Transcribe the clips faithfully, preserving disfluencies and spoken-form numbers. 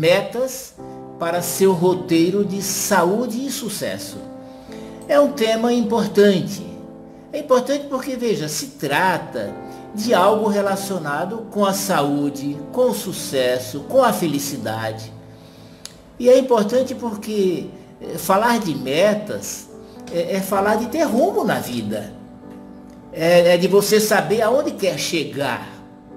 metas para seu roteiro de saúde e sucesso. É um tema importante. É importante porque, veja, se trata de algo relacionado com a saúde, com o sucesso, com a felicidade. E é importante porque falar de metas é, é falar de ter rumo na vida. É, é de você saber aonde quer chegar.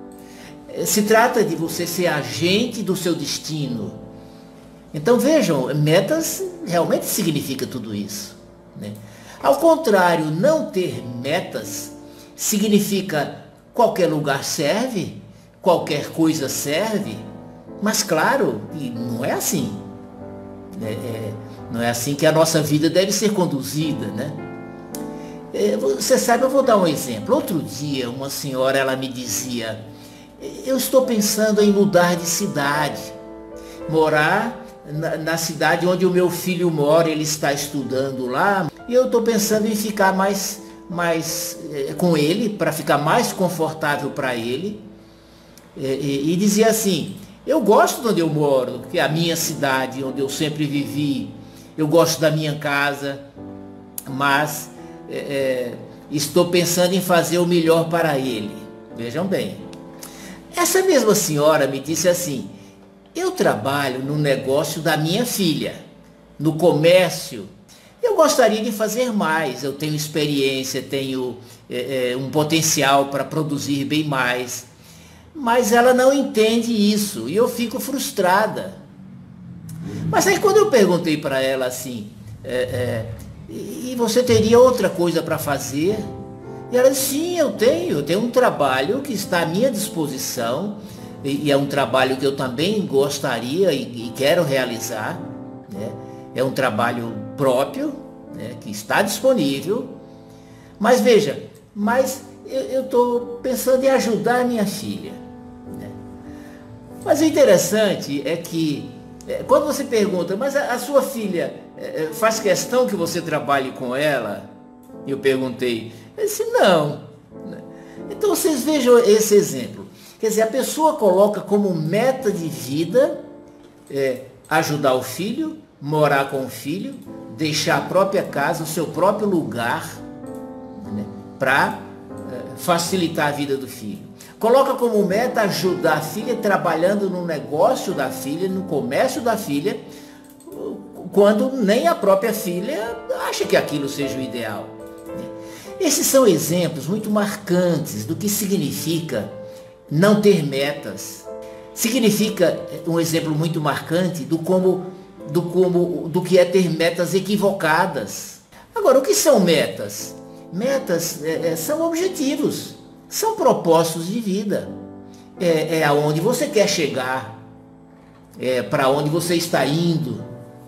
Se trata de você ser agente do seu destino. Então vejam, metas realmente significa tudo isso, né? Ao contrário, não ter metas significa qualquer lugar serve, qualquer coisa serve, mas claro, e não é assim. É, é, não é assim que a nossa vida deve ser conduzida, né? É, você sabe, eu vou dar um exemplo. Outro dia, uma senhora, ela me dizia, eu estou pensando em mudar de cidade, morar na, na cidade onde o meu filho mora, ele está estudando lá, e eu estou pensando em ficar mais, mais é, com ele, para ficar mais confortável para ele, é, e, e dizia assim, eu gosto de onde eu moro, que é a minha cidade, onde eu sempre vivi, eu gosto da minha casa, mas é, é, estou pensando em fazer o melhor para ele. Vejam bem. Essa mesma senhora me disse assim, eu trabalho no negócio da minha filha, no comércio. Eu gostaria de fazer mais, eu tenho experiência, tenho é, é, um potencial para produzir bem mais. Mas ela não entende isso e eu fico frustrada. Mas aí quando eu perguntei para ela assim, é, é, e você teria outra coisa para fazer? E ela disse, sim, eu tenho, eu tenho um trabalho que está à minha disposição, e, e é um trabalho que eu também gostaria e, e quero realizar, né? É um trabalho próprio, né, que está disponível, mas veja, mas eu estou pensando em ajudar a minha filha, né? Mas o interessante é que, é, quando você pergunta, mas a, a sua filha é, faz questão que você trabalhe com ela? Eu perguntei, eu disse, não. Então vocês vejam esse exemplo. Quer dizer, a pessoa coloca como meta de vida é, ajudar o filho, morar com o filho, deixar a própria casa, o seu próprio lugar, né, para é, facilitar a vida do filho. Coloca como meta ajudar a filha trabalhando no negócio da filha, no comércio da filha, quando nem a própria filha acha que aquilo seja o ideal. Esses são exemplos muito marcantes do que significa não ter metas. Significa um exemplo muito marcante do como, do como, do que é ter metas equivocadas. Agora, o que são metas? Metas é, são objetivos, são propósitos de vida. É, é aonde você quer chegar, é para onde você está indo,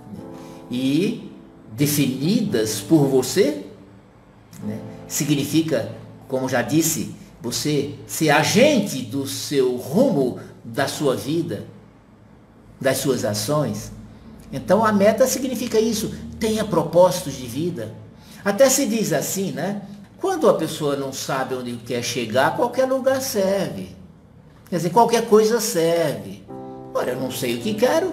e definidas por você, né? Significa, como já disse, você ser agente do seu rumo, da sua vida, das suas ações. Então a meta significa isso, tenha propósitos de vida. Até se diz assim, né? Quando a pessoa não sabe onde quer chegar, qualquer lugar serve. Quer dizer, qualquer coisa serve. Ora, eu não sei o que quero.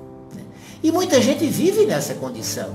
E muita gente vive nessa condição,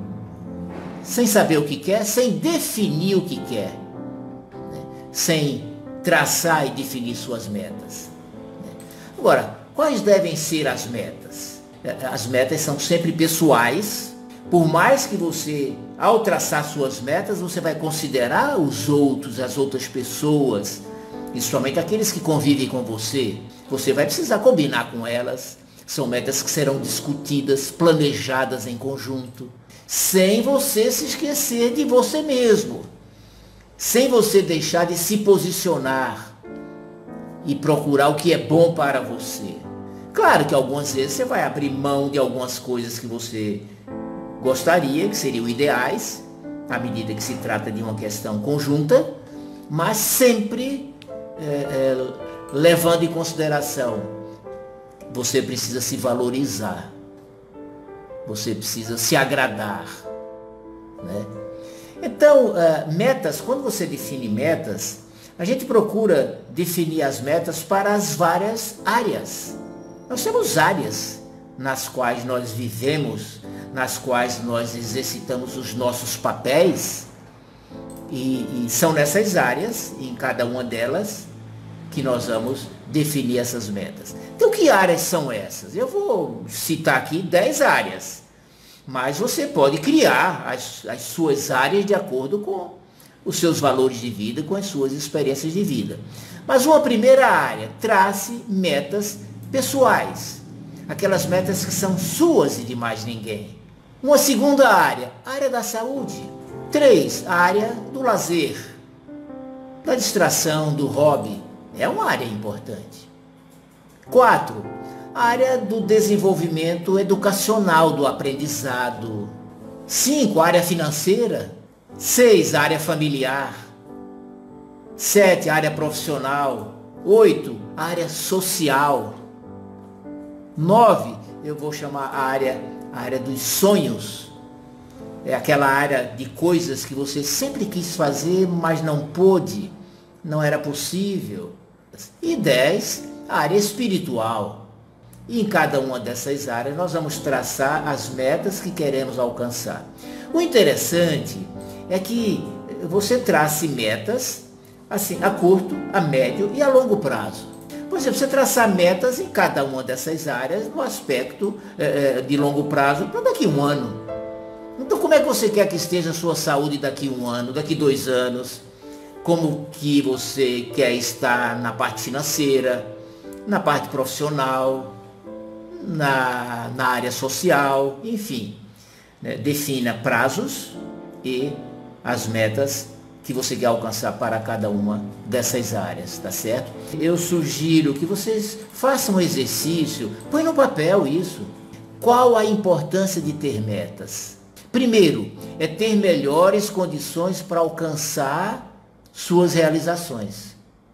sem saber o que quer, sem definir o que quer, né? Sem traçar e definir suas metas, né? Agora, quais devem ser as metas? As metas são sempre pessoais, por mais que você, ao traçar suas metas, você vai considerar os outros, as outras pessoas, e somente aqueles que convivem com você, você vai precisar combinar com elas. São metas que serão discutidas, planejadas em conjunto, sem você se esquecer de você mesmo, sem você deixar de se posicionar e procurar o que é bom para você. Claro que algumas vezes você vai abrir mão de algumas coisas que você gostaria, que seriam ideais, à medida que se trata de uma questão conjunta, mas sempre é, é, levando em consideração, você precisa se valorizar, você precisa se agradar, né? Então, uh, metas, quando você define metas, a gente procura definir as metas para as várias áreas. Nós temos áreas nas quais nós vivemos, nas quais nós exercitamos os nossos papéis, e, e são nessas áreas, em cada uma delas, que nós vamos definir essas metas. Então, que áreas são essas? Eu vou citar aqui dez áreas, mas você pode criar as, as suas áreas de acordo com os seus valores de vida, com as suas experiências de vida. Mas uma primeira área, trace metas pessoais, aquelas metas que são suas e de mais ninguém. Uma segunda área, área da saúde. Três, área do lazer, da distração, do hobby. É uma área importante. Quatro, área do desenvolvimento educacional, do aprendizado. Cinco, área financeira. Seis, área familiar. Sete, área profissional. Oito, área social. Nove, eu vou chamar a área, a área dos sonhos. É aquela área de coisas que você sempre quis fazer, mas não pôde, não era possível. E dez, a área espiritual. E em cada uma dessas áreas nós vamos traçar as metas que queremos alcançar. O interessante é que você trace metas assim, a curto, a médio e a longo prazo. Por exemplo, você traçar metas em cada uma dessas áreas no aspecto é, de longo prazo para daqui a um ano. Então, como é que você quer que esteja a sua saúde daqui a um ano, daqui a dois anos? Como que você quer estar na parte financeira, na parte profissional, na, na área social, enfim. Né? Defina prazos e as metas que você quer alcançar para cada uma dessas áreas, tá certo? Eu sugiro que vocês façam um exercício, põe no papel isso. Qual a importância de ter metas? Primeiro, é ter melhores condições para alcançar suas realizações.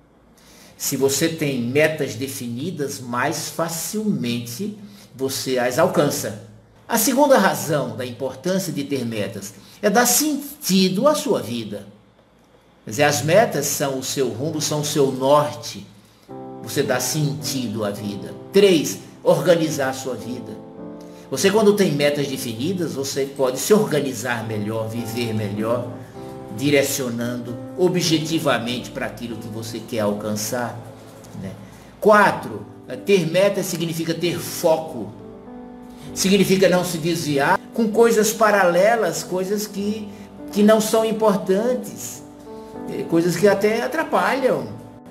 Se você tem metas definidas, mais facilmente você as alcança. A segunda razão da importância de ter metas é dar sentido à sua vida. Quer dizer, as metas são o seu rumo, são o seu norte. Você dá sentido à vida. Três, organizar a sua vida. Você, quando tem metas definidas, você pode se organizar melhor, viver melhor, direcionando objetivamente para aquilo que você quer alcançar. Né? Quatro, ter metas significa ter foco. Significa não se desviar com coisas paralelas, coisas que, que não são importantes, coisas que até atrapalham.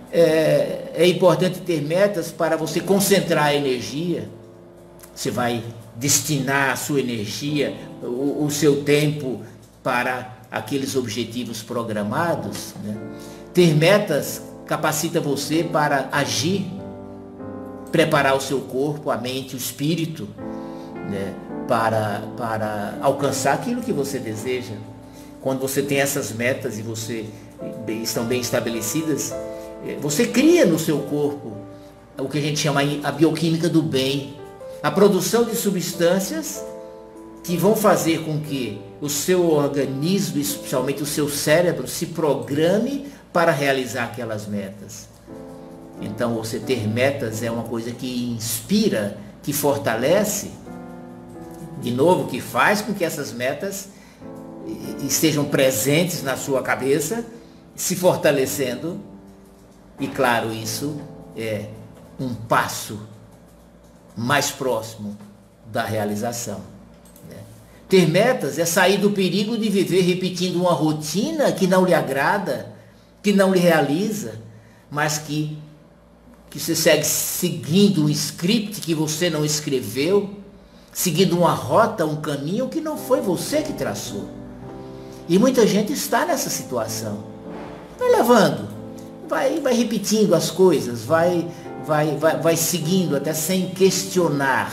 É, é importante ter metas para você concentrar a energia. Você vai destinar a sua energia, o, o seu tempo para aqueles objetivos programados. Né? Ter metas capacita você para agir, preparar o seu corpo, a mente, o espírito, né? para, para alcançar aquilo que você deseja. Quando você tem essas metas e você estão bem estabelecidas, você cria no seu corpo o que a gente chama a bioquímica do bem, a produção de substâncias que vão fazer com que o seu organismo, especialmente o seu cérebro, se programe para realizar aquelas metas. Então, você ter metas é uma coisa que inspira, que fortalece, de novo, que faz com que essas metas estejam presentes na sua cabeça, se fortalecendo. E claro, isso é um passo mais próximo da realização. Né? Ter metas é sair do perigo de viver repetindo uma rotina que não lhe agrada, que não lhe realiza, mas que, que você segue seguindo um script que você não escreveu, seguindo uma rota, um caminho que não foi você que traçou. E muita gente está nessa situação. Vai levando, vai, vai repetindo as coisas, vai, vai, vai, vai seguindo até sem questionar.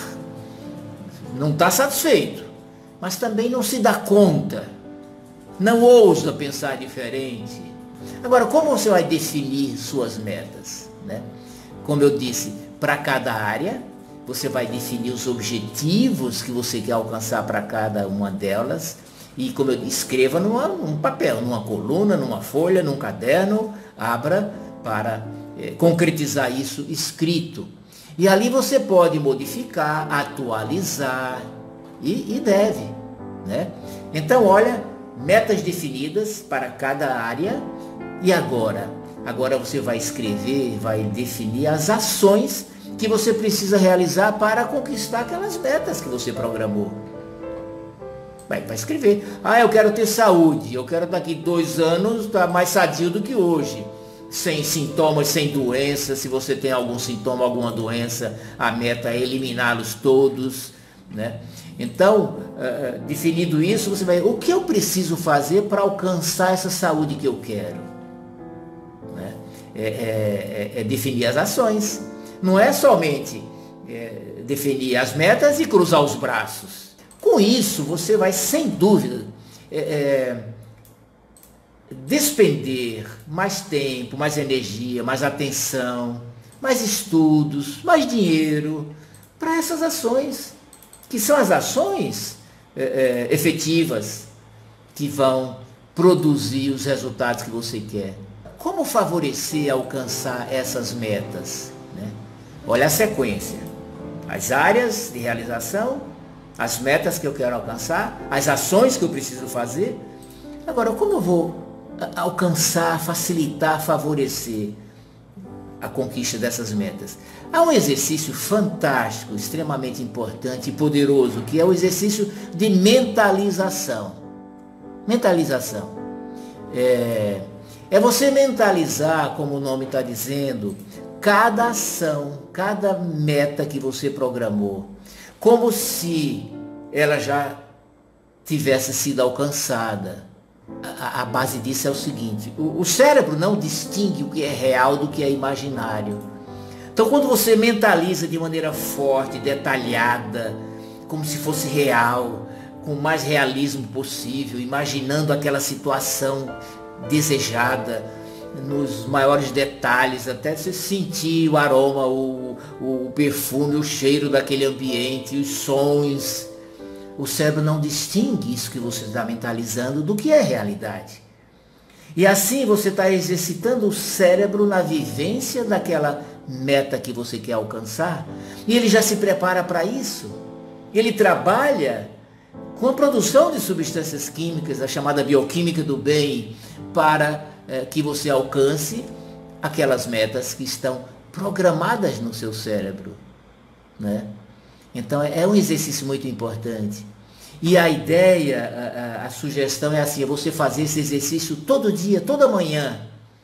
Não está satisfeito, mas também não se dá conta. Não ousa pensar diferente. Agora, como você vai definir suas metas? Né? Como eu disse, para cada área, você vai definir os objetivos que você quer alcançar para cada uma delas. E como eu disse, escreva numa, num papel, numa coluna, numa folha, num caderno, abra para é, concretizar isso escrito. E ali você pode modificar, atualizar e, e deve, né? Então, olha, metas definidas para cada área. E agora? Agora você vai escrever, vai definir as ações que você precisa realizar para conquistar aquelas metas que você programou. Vai, vai escrever. Ah, eu quero ter saúde, eu quero daqui dois anos estar mais sadio do que hoje. Sem sintomas, sem doença. Se você tem algum sintoma, alguma doença, a meta é eliminá-los todos, né? Então, uh, definindo isso, você vai, o que eu preciso fazer para alcançar essa saúde que eu quero? Né? É, é, é definir as ações. Não é somente é, definir as metas e cruzar os braços. Com isso, você vai, sem dúvida, é, é, despender mais tempo, mais energia, mais atenção, mais estudos, mais dinheiro para essas ações, que são as ações é, é, efetivas que vão produzir os resultados que você quer. Como favorecer alcançar essas metas? Né? Olha a sequência. As áreas de realização, as metas que eu quero alcançar, as ações que eu preciso fazer. Agora, como eu vou alcançar, facilitar, favorecer a conquista dessas metas? Há um exercício fantástico, extremamente importante e poderoso, que é o exercício de mentalização. Mentalização. É, é você mentalizar, como o nome está dizendo, cada ação, cada meta que você programou, como se ela já tivesse sido alcançada. A, a base disso é o seguinte: o, o cérebro não distingue o que é real do que é imaginário. Então, quando você mentaliza de maneira forte, detalhada, como se fosse real, com o mais realismo possível, imaginando aquela situação desejada, nos maiores detalhes, até você sentir o aroma, o, o perfume, o cheiro daquele ambiente, os sons. O cérebro não distingue isso que você está mentalizando do que é realidade. E assim você está exercitando o cérebro na vivência daquela meta que você quer alcançar. E ele já se prepara para isso. Ele trabalha com a produção de substâncias químicas, a chamada bioquímica do bem, para é, que você alcance aquelas metas que estão programadas no seu cérebro, né? Então é um exercício muito importante. E a ideia, a, a, a sugestão é assim: é você fazer esse exercício todo dia, toda manhã.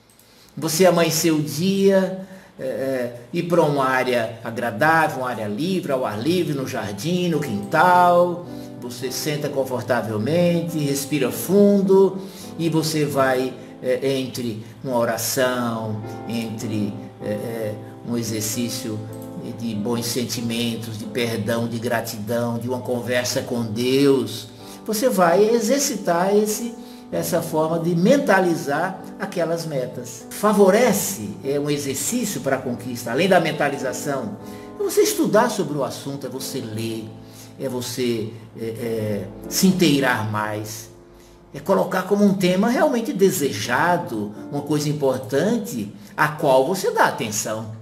Você amanhecer o dia, é, ir para uma área agradável, uma área livre, ao ar livre, no jardim, no quintal. Você senta confortavelmente, respira fundo e você vai é, entre uma oração, entre é, é, um exercício de bons sentimentos, de perdão, de gratidão, de uma conversa com Deus, você vai exercitar esse, essa forma de mentalizar aquelas metas. Favorece é um exercício para a conquista, além da mentalização, é você estudar sobre o assunto, é você ler, é você é, é, se inteirar mais, é colocar como um tema realmente desejado, uma coisa importante, a qual você dá atenção.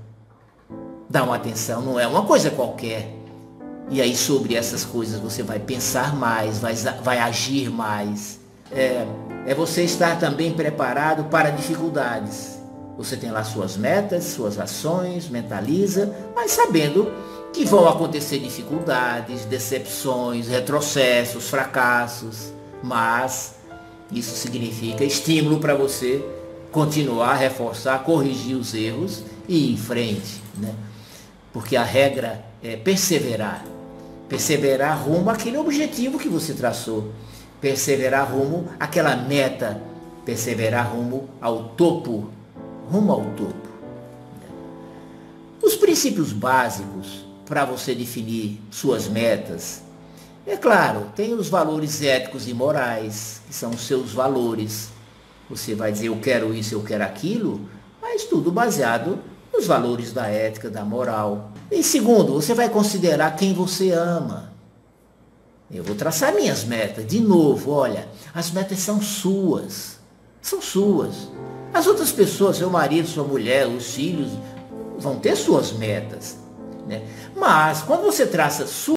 Dá uma atenção, não é uma coisa qualquer. E aí sobre essas coisas você vai pensar mais, vai, vai agir mais. É, é você estar também preparado para dificuldades. Você tem lá suas metas, suas ações, mentaliza, mas sabendo que vão acontecer dificuldades, decepções, retrocessos, fracassos. Mas isso significa estímulo para você continuar, reforçar, corrigir os erros e ir em frente, né? Porque a regra é perseverar. Perseverar rumo àquele objetivo que você traçou. Perseverar rumo àquela meta. Perseverar rumo ao topo. Rumo ao topo. Os princípios básicos para você definir suas metas. É claro, tem os valores éticos e morais, que são os seus valores. Você vai dizer, eu quero isso, eu quero aquilo, mas tudo baseado nos valores da ética, da moral. E segundo, você vai considerar quem você ama. Eu vou traçar minhas metas. De novo, olha, as metas são suas. São suas. As outras pessoas, seu marido, sua mulher, os filhos, vão ter suas metas. né? Mas quando você traça sua